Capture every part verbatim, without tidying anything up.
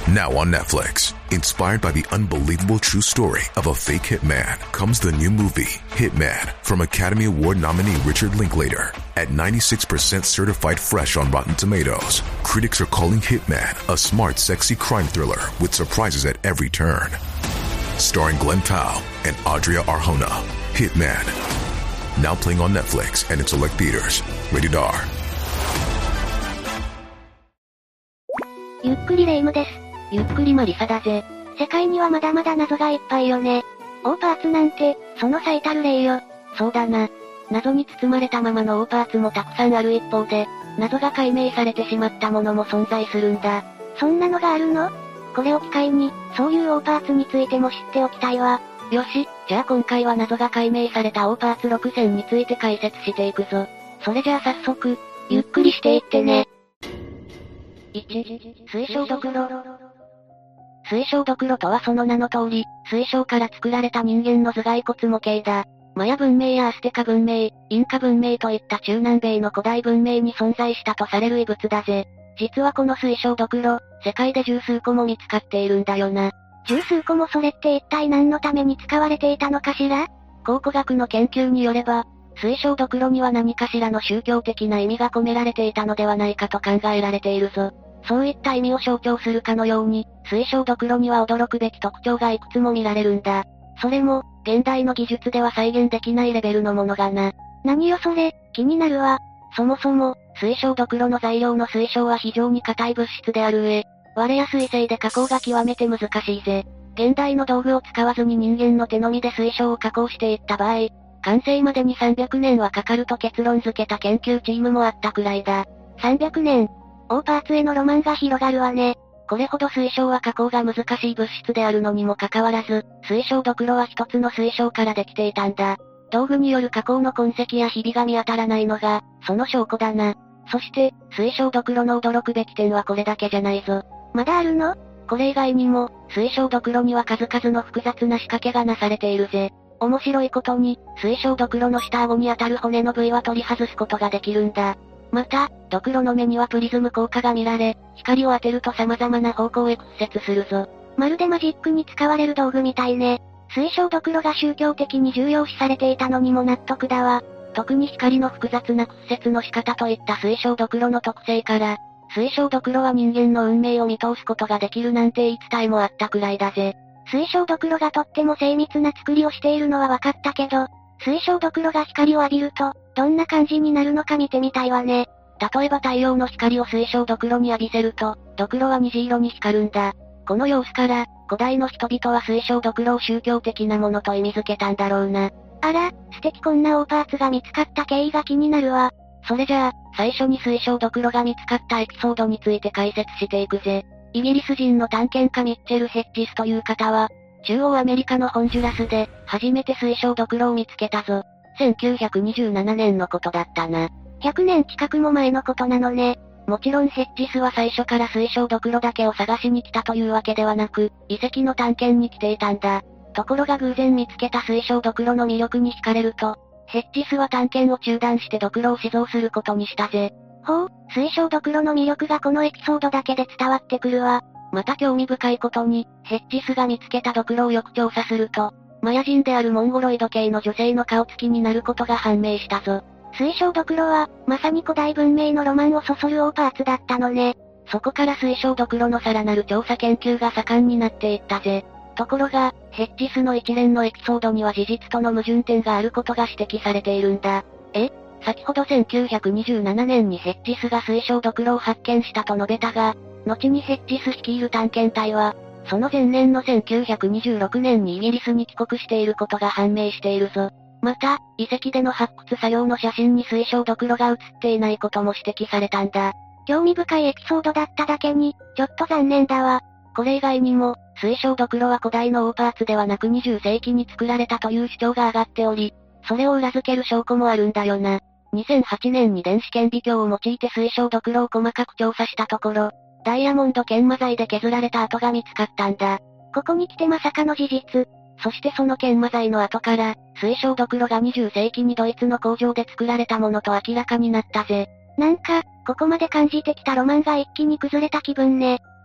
Now on Netflix, inspired by the unbelievable true story of a fake hitman, comes the new movie, Hitman, from Academy Award nominee Richard Linklater. At ninety-six percent certified fresh on Rotten Tomatoes, critics are calling Hitman a smart, sexy crime thriller with surprises at every turn. Starring Glenn Powell and Adria Arjona, Hitman. Now playing on Netflix and in select theaters. Rated R. ゆっくりレ夢ムです。 ゆっくりマリサだぜ。 世界にはまだまだ謎がいっぱいよね。オーパーツなんて、その最たる例よ。 そうだな。謎に包まれたままのオーパーツもたくさんある一方で、謎が解明されてしまったものも存在するんだ。 そんなのがあるの？これを機会に、そういうオーパーツについても知っておきたいわ。 よし、じゃあ今回は謎が解明されたオーパーツろくせんについて解説していくぞ。それじゃあ早速、ゆっくりしていってね。いち、水晶ドクロ。水晶ドクロとはその名の通り、水晶から作られた人間の頭蓋骨模型だ。マヤ文明やアステカ文明、インカ文明といった中南米の古代文明に存在したとされる遺物だぜ。実はこの水晶ドクロ、世界で十数個も見つかっているんだよな。 十数個もそれって一体何のために使われていたのかしら？ 考古学の研究によれば、水晶ドクロには何かしらの宗教的な意味が込められていたのではないかと考えられているぞ。そういった意味を象徴するかのように、水晶ドクロには驚くべき特徴がいくつも見られるんだ。それも、現代の技術では再現できないレベルのものがな。 何よそれ、気になるわ。 そもそも、水晶ドクロの材料の水晶は非常に硬い物質である上、割れやすいせいで加工が極めて難しいぜ。現代の道具を使わずに人間の手のみで水晶を加工していった場合、完成までにさんびゃくねんはかかると結論付けた研究チームもあったくらいだ。 さんびゃくねん。オーパーツへのロマンが広がるわね。 これほど水晶は加工が難しい物質であるのにもかかわらず、水晶ドクロは一つの水晶からできていたんだ。道具による加工の痕跡やひびが見当たらないのが、その証拠だな。そして、水晶ドクロの驚くべき点はこれだけじゃないぞ。 まだあるの？ これ以外にも、水晶ドクロには数々の複雑な仕掛けがなされているぜ。面白いことに、水晶ドクロの下顎に当たる骨の部位は取り外すことができるんだ。また、ドクロの目にはプリズム効果が見られ、光を当てると様々な方向へ屈折するぞ。 まるでマジックに使われる道具みたいね。水晶ドクロが宗教的に重要視されていたのにも納得だわ。 特に光の複雑な屈折の仕方といった水晶ドクロの特性から、水晶ドクロは人間の運命を見通すことができるなんて言い伝えもあったくらいだぜ。 水晶ドクロがとっても精密な作りをしているのは分かったけど、水晶ドクロが光を浴びると、どんな感じになるのか見てみたいわね。 例えば太陽の光を水晶ドクロに浴びせると、ドクロは虹色に光るんだ。この様子から、古代の人々は水晶ドクロを宗教的なものと意味づけたんだろうな。 あら、素敵こんなオーパーツが見つかった経緯が気になるわ。 それじゃあ、最初に水晶ドクロが見つかったエピソードについて解説していくぜ。イギリス人の探検家ミッチェル・ヘッジスという方は、中央アメリカのホンジュラスで、初めて水晶ドクロを見つけたぞ。せんきゅうひゃくにじゅうななねんのことだったな。 ひゃくねん近くも前のことなのね。 もちろんヘッジスは最初から水晶ドクロだけを探しに来たというわけではなく、遺跡の探検に来ていたんだ。ところが偶然見つけた水晶ドクロの魅力に惹かれると、ヘッジスは探検を中断してドクロを試造することにしたぜ。 ほう、水晶ドクロの魅力がこのエピソードだけで伝わってくるわ。 また興味深いことに、ヘッジスが見つけたドクロをよく調査すると、マヤ人であるモンゴロイド系の女性の顔つきになることが判明したぞ。 水晶ドクロは、まさに古代文明のロマンをそそるオーパーツだったのね。 そこから水晶ドクロのさらなる調査研究が盛んになっていったぜ。ところが、ヘッジスの一連のエピソードには事実との矛盾点があることが指摘されているんだ。え？先ほどせんきゅうひゃくにじゅうななねんにヘッジスが水晶ドクロを発見したと述べたが、後にヘッジス率いる探検隊は、その前年のせんきゅうひゃくにじゅうろくねんにイギリスに帰国していることが判明しているぞ。また、遺跡での発掘作業の写真に水晶ドクロが写っていないことも指摘されたんだ。 興味深いエピソードだっただけに、ちょっと残念だわ。 これ以外にも、水晶ドクロは古代のオーパーツではなくにじゅっせいきに作られたという主張が上がっており、それを裏付ける証拠もあるんだよな。にせんはちねんに電子顕微鏡を用いて水晶ドクロを細かく調査したところ、ダイヤモンド研磨剤で削られた跡が見つかったんだ。 ここに来てまさかの事実。 そしてその研磨剤の跡から、水晶ドクロがにじゅっせいきにドイツの工場で作られたものと明らかになったぜ。 なんか、ここまで感じてきたロマンが一気に崩れた気分ね。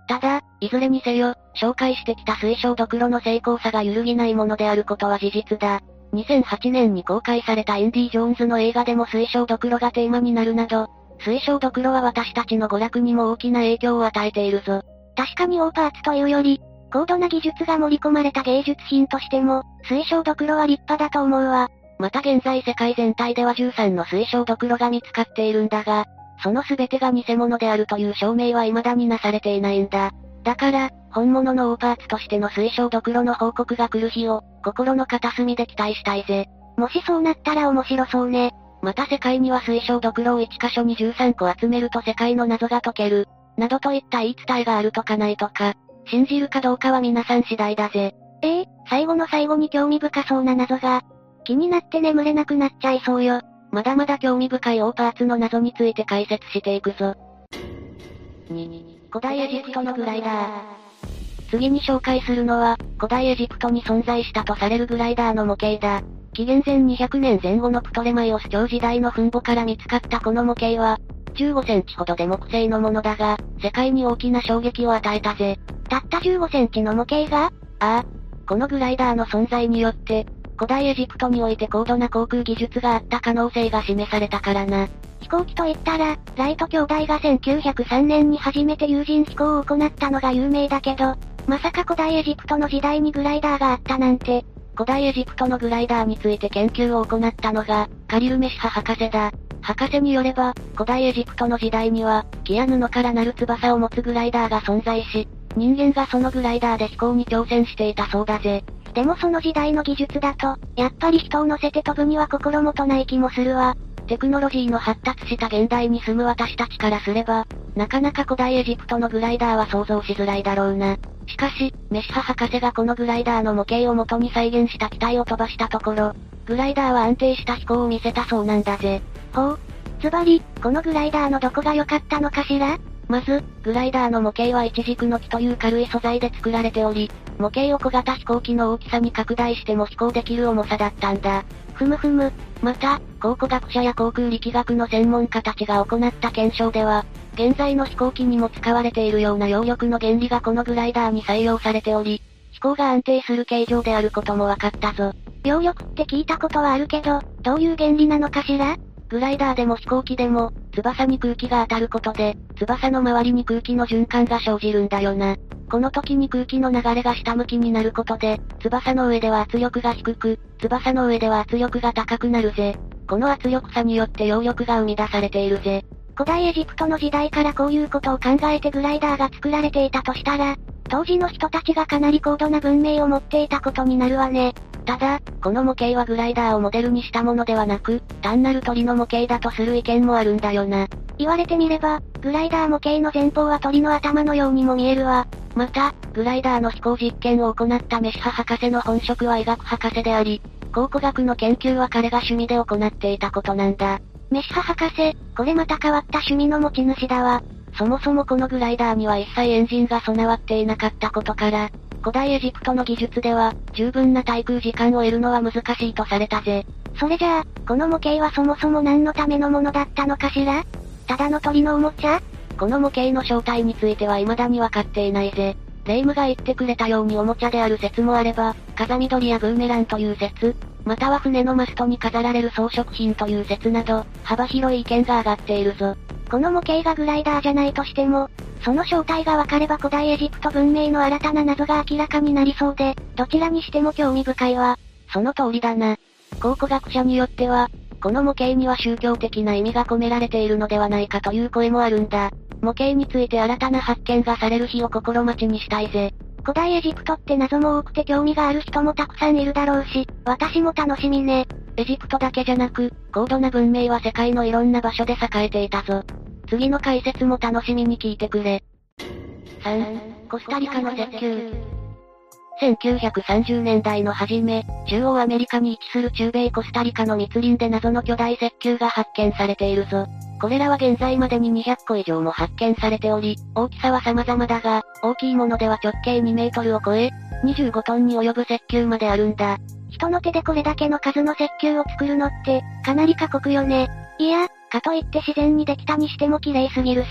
ただ、いずれにせよ、紹介してきた水晶ドクロの精巧さが揺るぎないものであることは事実だ。にせんはちねんに公開されたインディ・ジョーンズの映画でも水晶ドクロがテーマになるなど、水晶ドクロは私たちの娯楽にも大きな影響を与えているぞ。 確かに大パーツというより、高度な技術が盛り込まれた芸術品としても、水晶ドクロは立派だと思うわ。 また現在世界全体ではじゅうさんの水晶ドクロが見つかっているんだが、その全てが偽物であるという証明は未だになされていないんだ。だから、本物の大パーツとしての水晶ドクロの報告が来る日を、心の片隅で期待したいぜ。 もしそうなったら面白そうね。 また世界には水晶ドクロをいっ箇所にじゅうさんこ集めると世界の謎が解ける。などといった言い伝えがあるとかないとか、信じるかどうかは皆さん次第だぜ。 ええー、最後の最後に興味深そうな謎が、気になって眠れなくなっちゃいそうよ。 まだまだ興味深い大パーツの謎について解説していくぞ。に、古代エジプトのグライダー。次に紹介するのは、古代エジプトに存在したとされるグライダーの模型だ。紀元前にひゃくねんぜん後のプトレマイオス朝時代の墳墓から見つかったこの模型は、じゅうごセンチほどで木製のものだが、世界に大きな衝撃を与えたぜ。 たったじゅうごセンチの模型が？ ああ。このグライダーの存在によって、古代エジプトにおいて高度な航空技術があった可能性が示されたからな。 飛行機といったら、ライト兄弟がせんきゅうひゃくさんねんに初めて有人飛行を行ったのが有名だけど、まさか古代エジプトの時代にグライダーがあったなんて。 古代エジプトのグライダーについて研究を行ったのが、カリルメシハ博士だ。博士によれば、古代エジプトの時代には、木や布からなる翼を持つグライダーが存在し、人間がそのグライダーで飛行に挑戦していたそうだぜ。 でもその時代の技術だと、やっぱり人を乗せて飛ぶには心もとない気もするわ。 テクノロジーの発達した現代に住む私たちからすれば、なかなか古代エジプトのグライダーは想像しづらいだろうな。しかし、メシハ博士がこのグライダーの模型を元に再現した機体を飛ばしたところ、グライダーは安定した飛行を見せたそうなんだぜ。 ほう。つまり、このグライダーのどこが良かったのかしら？ まず、グライダーの模型は一軸の木という軽い素材で作られており、模型を小型飛行機の大きさに拡大しても飛行できる重さだったんだ。 ふむふむ。 また、考古学者や航空力学の専門家たちが行った検証では、現在の飛行機にも使われているような揚力の原理がこのグライダーに採用されており、飛行が安定する形状であることも分かったぞ。 揚力って聞いたことはあるけど、どういう原理なのかしら？ グライダーでも飛行機でも、翼に空気が当たることで、翼の周りに空気の循環が生じるんだよな。この時に空気の流れが下向きになることで、翼の上では圧力が低く、翼の上では圧力が高くなるぜ。この圧力差によって揚力が生み出されているぜ。 古代エジプトの時代からこういうことを考えてグライダーが作られていたとしたら、当時の人たちがかなり高度な文明を持っていたことになるわね。 ただ、この模型はグライダーをモデルにしたものではなく、単なる鳥の模型だとする意見もあるんだよな。 言われてみれば、グライダー模型の前方は鳥の頭のようにも見えるわ。 また、グライダーの飛行実験を行ったメシハ博士の本職は医学博士であり、考古学の研究は彼が趣味で行っていたことなんだ。 メシハ博士、これまた変わった趣味の持ち主だわ。 そもそもこのグライダーには一切エンジンが備わっていなかったことから、古代エジプトの技術では、十分な滞空時間を得るのは難しいとされたぜ。 それじゃあ、この模型はそもそも何のためのものだったのかしら？ただの鳥のおもちゃ？ この模型の正体については未だに分かっていないぜ。霊夢が言ってくれたようにおもちゃである説もあれば、風見鳥やブーメランという説、または船のマストに飾られる装飾品という説など、幅広い意見が上がっているぞ。 この模型がグライダーじゃないとしても、その正体が分かれば古代エジプト文明の新たな謎が明らかになりそうで、どちらにしても興味深いわ。 その通りだな。考古学者によっては、この模型には宗教的な意味が込められているのではないかという声もあるんだ。模型について新たな発見がされる日を心待ちにしたいぜ。 古代エジプトって謎も多くて興味がある人もたくさんいるだろうし、私も楽しみね。 エジプトだけじゃなく、高度な文明は世界のいろんな場所で栄えていたぞ。次の解説も楽しみに聞いてくれ。さん、コスタリカの石球。せんきゅうひゃくさんじゅうねんだいの初め、中央アメリカに位置する中米コスタリカの密林で謎の巨大石球が発見されているぞ。これらは現在までににひゃっこ以上も発見されており、大きさは様々だが、大きいものでは直径にメートルを超え、にじゅうごトンに及ぶ石球まであるんだ。 人の手でこれだけの数の石球を作るのって、かなり過酷よね。いや、かといって自然にできたにしても綺麗すぎるし。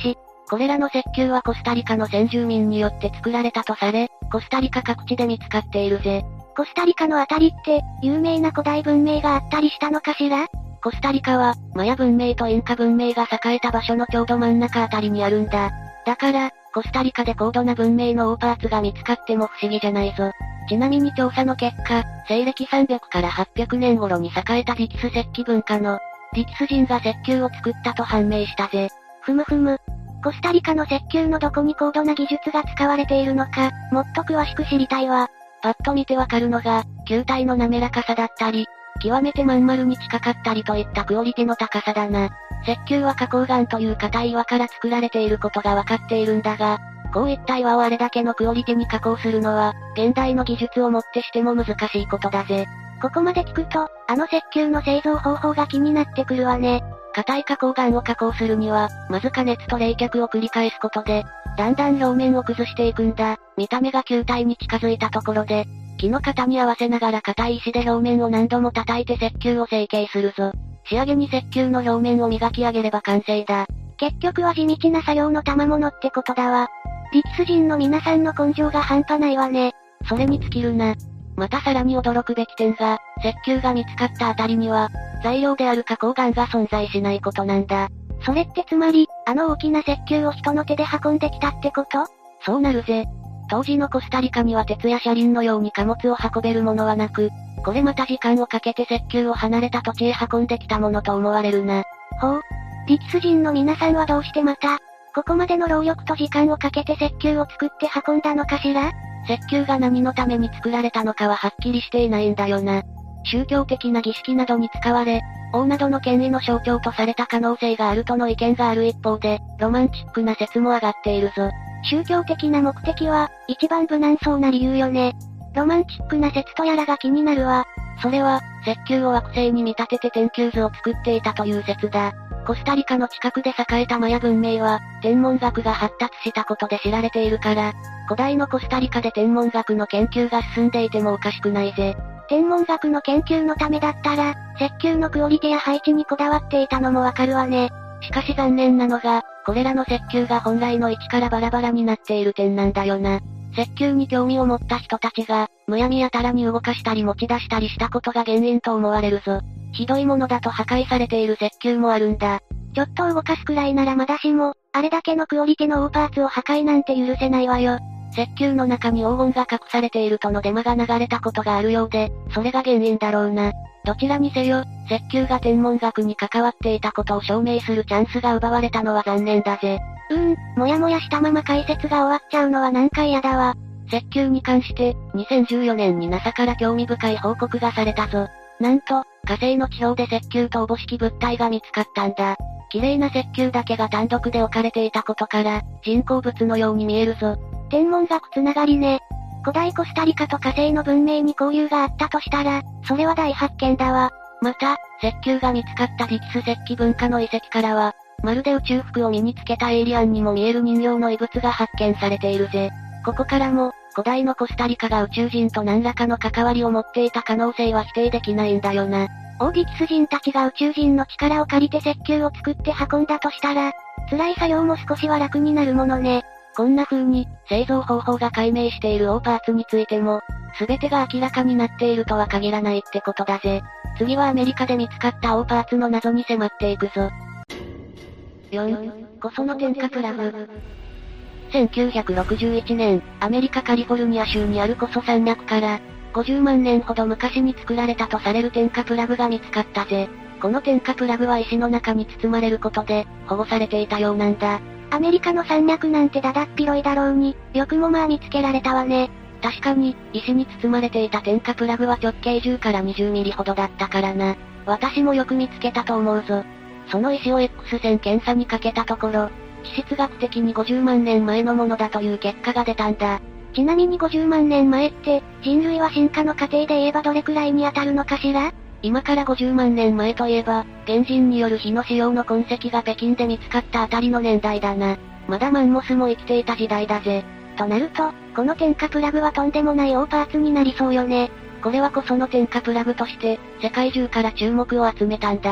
これらの石球はコスタリカの先住民によって作られたとされ、コスタリカ各地で見つかっているぜ。 コスタリカのあたりって、有名な古代文明があったりしたのかしら？ コスタリカは、マヤ文明とインカ文明が栄えた場所のちょうど真ん中あたりにあるんだ。だから、コスタリカで高度な文明の大パーツが見つかっても不思議じゃないぞ。ちなみに調査の結果、西暦さんびゃくからはっぴゃくねん頃に栄えたディキス石器文化の、ディキス人が石球を作ったと判明したぜ。 ふむふむ。コスタリカの石球のどこに高度な技術が使われているのか、もっと詳しく知りたいわ。 パッと見てわかるのが、球体の滑らかさだったり、極めてまん丸に近かったりといったクオリティの高さだな。石球は花崗岩という硬い岩から作られていることがわかっているんだが、こういった岩をあれだけのクオリティに加工するのは、現代の技術をもってしても難しいことだぜ。 ここまで聞くと、あの石球の製造方法が気になってくるわね。 硬い花崗岩を加工するには、まず加熱と冷却を繰り返すことで、だんだん表面を崩していくんだ。見た目が球体に近づいたところで、木の型に合わせながら硬い石で表面を何度も叩いて石球を成形するぞ。仕上げに石球の表面を磨き上げれば完成だ。 結局は地道な作業の賜物ってことだわ。ディキス人の皆さんの根性が半端ないわね。 それに尽きるな。またさらに驚くべき点が、石球が見つかったあたりには、材料である花崗岩が存在しないことなんだ。 それってつまり、あの大きな石球を人の手で運んできたってこと？ そうなるぜ。当時のコスタリカには鉄や車輪のように貨物を運べるものはなく、これまた時間をかけて石球を離れた土地へ運んできたものと思われるな。 ほう。ディキス人の皆さんはどうしてまた、ここまでの労力と時間をかけて石球を作って運んだのかしら？ 石球が何のために作られたのかははっきりしていないんだよな。宗教的な儀式などに使われ、王などの権威の象徴とされた可能性があるとの意見がある一方で、ロマンチックな説も上がっているぞ。 宗教的な目的は、一番無難そうな理由よね。ロマンチックな説とやらが気になるわ。 それは、石球を惑星に見立てて天球図を作っていたという説だ。コスタリカの近くで栄えたマヤ文明は、天文学が発達したことで知られているから、古代のコスタリカで天文学の研究が進んでいてもおかしくないぜ。 天文学の研究のためだったら、石球のクオリティや配置にこだわっていたのもわかるわね。 しかし残念なのが、これらの石球が本来の位置からバラバラになっている点なんだよな。石球に興味を持った人たちが、むやみやたらに動かしたり持ち出したりしたことが原因と思われるぞ。ひどいものだと破壊されている石球もあるんだ。 ちょっと動かすくらいならまだしも、あれだけのクオリティの大パーツを破壊なんて許せないわよ。 石球の中に黄金が隠されているとのデマが流れたことがあるようで、それが原因だろうな。どちらにせよ、石球が天文学に関わっていたことを証明するチャンスが奪われたのは残念だぜ。 うーん、もやもやしたまま解説が終わっちゃうのはなんか嫌だわ。 石球に関して、にせんじゅうよねんに ナサ から興味深い報告がされたぞ。なんと、火星の地表で石球とおぼしき物体が見つかったんだ。綺麗な石球だけが単独で置かれていたことから、人工物のように見えるぞ。 天文学つながりね。古代コスタリカと火星の文明に交流があったとしたら、それは大発見だわ。 また、石球が見つかったディキス石器文化の遺跡からは、まるで宇宙服を身につけたエイリアンにも見える人形の遺物が発見されているぜ。ここからも、古代のコスタリカが宇宙人と何らかの関わりを持っていた可能性は否定できないんだよな。 オーディキス人たちが宇宙人の力を借りて石球を作って運んだとしたら、辛い作業も少しは楽になるものね。 こんな風に、製造方法が解明している大パーツについても、すべてが明らかになっているとは限らないってことだぜ。次はアメリカで見つかった大パーツの謎に迫っていくぞ。よん、コソの点火プラグ。せんきゅうひゃくろくじゅういちねん、アメリカカリフォルニア州にあるコソ山脈から、ごじゅうまんねんほど昔に作られたとされる点火プラグが見つかったぜ。この点火プラグは石の中に包まれることで、保護されていたようなんだ。 アメリカの山脈なんてだだっ広いだろうに、よくもまあ見つけられたわね。 確かに、石に包まれていた点火プラグは直径じゅうからにじゅうミリほどだったからな。私もよく見つけたと思うぞ。その石を X 線検査にかけたところ、地質学的にごじゅうまんねんまえのものだという結果が出たんだ。 ちなみにごじゅうまんねんまえって、人類は進化の過程で言えばどれくらいに当たるのかしら？ 今からごじゅうまんねんまえといえば、原人による火の使用の痕跡が北京で見つかったあたりの年代だな。まだマンモスも生きていた時代だぜ。 となると、この点火プラグはとんでもない大パーツになりそうよね。 これはこその点火プラグとして、世界中から注目を集めたんだ。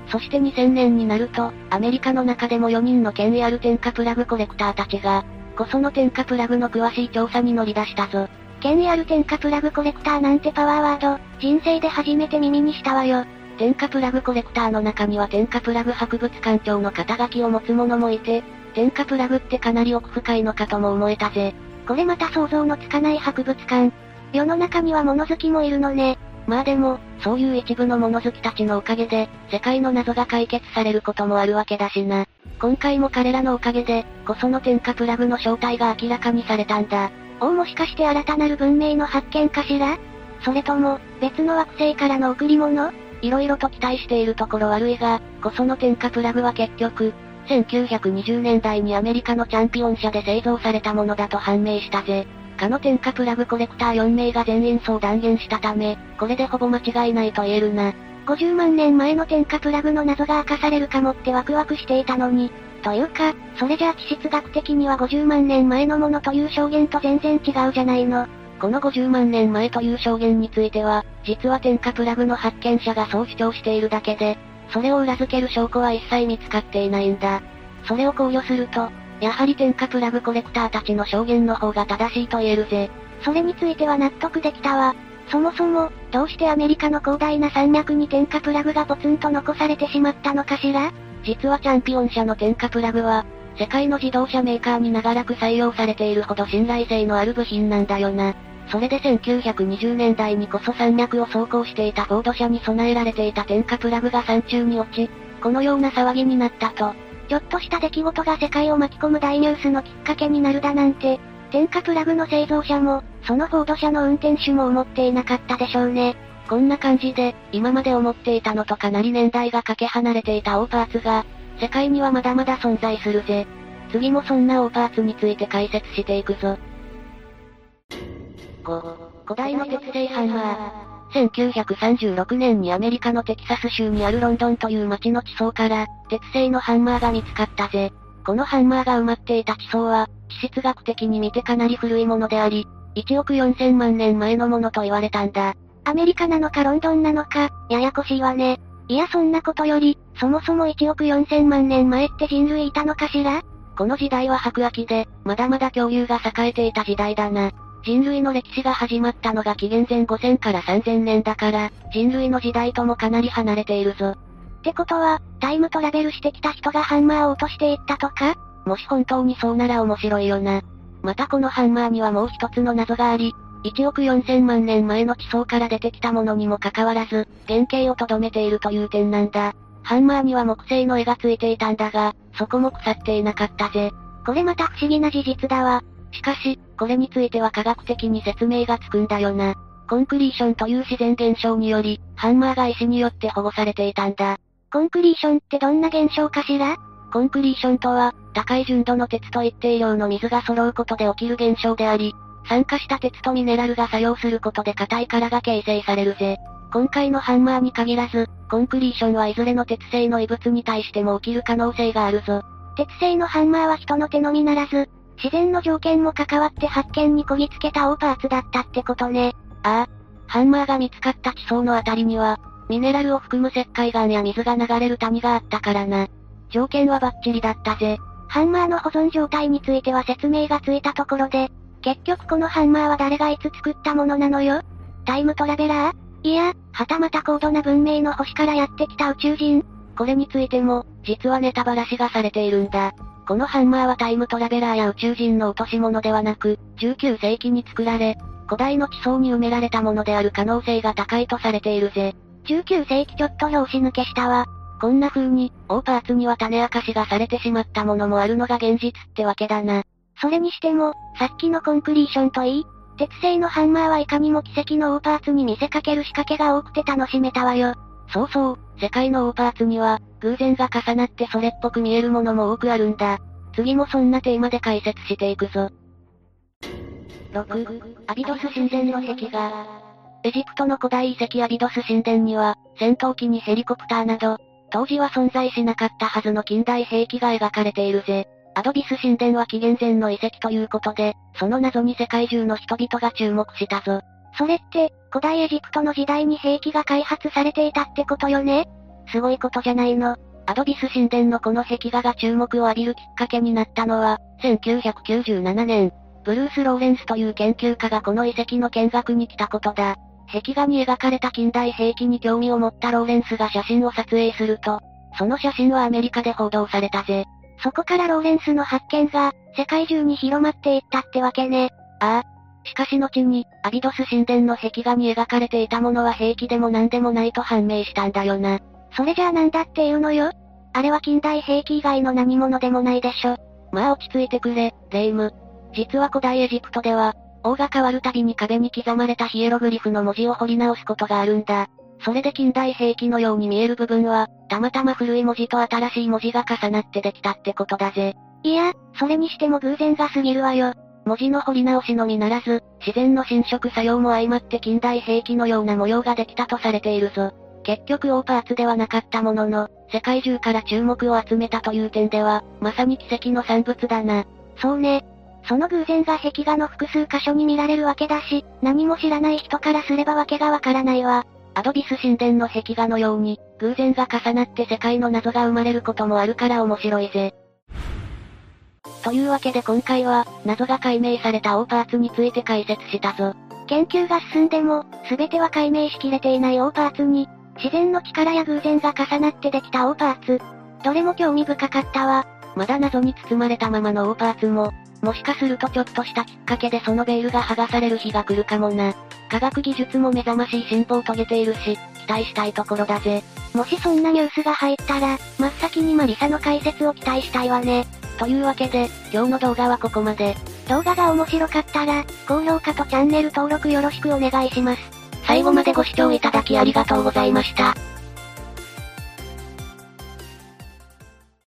そしてにせんねんになると、アメリカの中でもよにんの権威ある天下プラグコレクターたちが、こその天下プラグの詳しい調査に乗り出したぞ。 権威ある天下プラグコレクターなんてパワーワード、人生で初めて耳にしたわよ。 天下プラグコレクターの中には天下プラグ博物館長の肩書きを持つ者もいて、天下プラグってかなり奥深いのかとも思えたぜ。 これまた想像のつかない博物館。世の中には物好きもいるのね。 まあでも、そういう一部の物好きたちのおかげで、世界の謎が解決されることもあるわけだしな。今回も彼らのおかげで、こその天下プラグの正体が明らかにされたんだ。 お、もしかして新たなる文明の発見かしら？それとも、別の惑星からの贈り物？ いろいろと期待しているところ悪いが、こその天下プラグは結局、せんきゅうひゃくにじゅうねんだいにアメリカのチャンピオン社で製造されたものだと判明したぜ。かの天下プラグコレクターよんめいが全員そう断言したため、これでほぼ間違いないと言えるな。 ごじゅうまんねんまえの天下プラグの謎が明かされるかもってワクワクしていたのに。というか、それじゃあ地質学的にはごじゅうまんねんまえのものという証言と全然違うじゃないの。 このごじゅうまんねんまえという証言については、実は天下プラグの発見者がそう主張しているだけで、それを裏付ける証拠は一切見つかっていないんだ。それを考慮すると、やはり天下プラグコレクターたちの証言の方が正しいと言えるぜ。 それについては納得できたわ。そもそも、どうしてアメリカの広大な山脈に天下プラグがポツンと残されてしまったのかしら？ 実はチャンピオン社の天下プラグは、世界の自動車メーカーに長らく採用されているほど信頼性のある部品なんだよな。それでせんきゅうひゃくにじゅうねんだいにこそ山脈を走行していたフォード社に備えられていた天下プラグが山中に落ち、このような騒ぎになったと。 ちょっとした出来事が世界を巻き込む大ニュースのきっかけになるだなんて、天下プラグの製造者も、そのフォード社の運転手も思っていなかったでしょうね。 こんな感じで、今まで思っていたのとかなり年代がかけ離れていた大パーツが、世界にはまだまだ存在するぜ。次もそんな大パーツについて解説していくぞ。ご、古代の鉄製ハンマー。せんきゅうひゃくさんじゅうろくねんにアメリカのテキサス州にあるロンドンという町の地層から、鉄製のハンマーが見つかったぜ。このハンマーが埋まっていた地層は、地質学的に見てかなり古いものであり、いちおくよんせんまんねんまえのものと言われたんだ。 アメリカなのかロンドンなのか、ややこしいわね。いやそんなことより、そもそもいちおくよんせんまんねんまえって人類いたのかしら？ この時代は白亜紀で、まだまだ恐竜が栄えていた時代だな。人類の歴史が始まったのが紀元前ごせんからさんぜんねんだから、人類の時代ともかなり離れているぞ。 ってことは、タイムトラベルしてきた人がハンマーを落としていったとか？ もし本当にそうなら面白いよな。またこのハンマーにはもう一つの謎があり、いちおくよんせんまんねんまえの地層から出てきたものにもかかわらず、原型をとどめているという点なんだ。ハンマーには木製の絵がついていたんだが、そこも腐っていなかったぜ。 これまた不思議な事実だわ。 しかし、これについては科学的に説明がつくんだよな。コンクリーションという自然現象により、ハンマーが石によって保護されていたんだ。 コンクリーションってどんな現象かしら？ コンクリーションとは、高い純度の鉄と一定量の水が揃うことで起きる現象であり、酸化した鉄とミネラルが作用することで硬い殻が形成されるぜ。今回のハンマーに限らず、コンクリーションはいずれの鉄製の異物に対しても起きる可能性があるぞ。 鉄製のハンマーは人の手のみならず、自然の条件も関わって発見にこぎつけた大パーツだったってことね。 ああ。ハンマーが見つかった地層のあたりには、ミネラルを含む石灰岩や水が流れる谷があったからな。条件はバッチリだったぜ。 ハンマーの保存状態については説明がついたところで、結局このハンマーは誰がいつ作ったものなのよ？タイムトラベラー？いや、はたまた高度な文明の星からやってきた宇宙人？ これについても、実はネタばらしがされているんだ。このハンマーはタイムトラベラーや宇宙人の落とし物ではなく、じゅうきゅうせいきに作られ、古代の地層に埋められたものである可能性が高いとされているぜ。 じゅうきゅうせいきちょっと拍子抜けしたわ。 こんな風に、大パーツには種明かしがされてしまったものもあるのが現実ってわけだな。 それにしても、さっきのコンクリーションといい、鉄製のハンマーはいかにも奇跡の大パーツに見せかける仕掛けが多くて楽しめたわよ。 そうそう、世界の大パーツには、偶然が重なってそれっぽく見えるものも多くあるんだ。次もそんなテーマで解説していくぞ。ろく、アビドス神殿の壁画。エジプトの古代遺跡アビドス神殿には、戦闘機にヘリコプターなど、当時は存在しなかったはずの近代兵器が描かれているぜ。アドビス神殿は紀元前の遺跡ということで、その謎に世界中の人々が注目したぞ。 それって、古代エジプトの時代に兵器が開発されていたってことよね？ すごいことじゃないの。 アドビス神殿のこの壁画が注目を浴びるきっかけになったのは、せんきゅうひゃくきゅうじゅうななねん、ブルース・ローレンスという研究家がこの遺跡の見学に来たことだ。壁画に描かれた近代兵器に興味を持ったローレンスが写真を撮影すると、その写真はアメリカで報道されたぜ。 そこからローレンスの発見が、世界中に広まっていったってわけね。 ああ。しかし後に、アビドス神殿の壁画に描かれていたものは兵器でも何でもないと判明したんだよな。 それじゃあなんだっていうのよ。あれは近代兵器以外の何者でもないでしょ。 まあ落ち着いてくれ、レイム。実は古代エジプトでは、王が変わるたびに壁に刻まれたヒエログリフの文字を彫り直すことがあるんだ。それで近代兵器のように見える部分は、たまたま古い文字と新しい文字が重なってできたってことだぜ。 いや、それにしても偶然が過ぎるわよ。 文字の彫り直しのみならず、自然の侵食作用も相まって近代兵器のような模様ができたとされているぞ。結局大パーツではなかったものの、世界中から注目を集めたという点では、まさに奇跡の産物だな。 そうね。その偶然が壁画の複数箇所に見られるわけだし、何も知らない人からすればわけがわからないわ。 アドビス神殿の壁画のように、偶然が重なって世界の謎が生まれることもあるから面白いぜ。というわけで今回は、謎が解明された大パーツについて解説したぞ。 研究が進んでも、すべては解明しきれていない大パーツに、自然の力や偶然が重なってできた大パーツ。どれも興味深かったわ。 まだ謎に包まれたままの大パーツも、もしかするとちょっとしたきっかけでそのベールが剥がされる日が来るかもな。科学技術も目覚ましい進歩を遂げているし、期待したいところだぜ。 もしそんなニュースが入ったら、真っ先にマリサの解説を期待したいわね。 というわけで、今日の動画はここまで。 動画が面白かったら、高評価とチャンネル登録よろしくお願いします。 最後までご視聴いただきありがとうございました。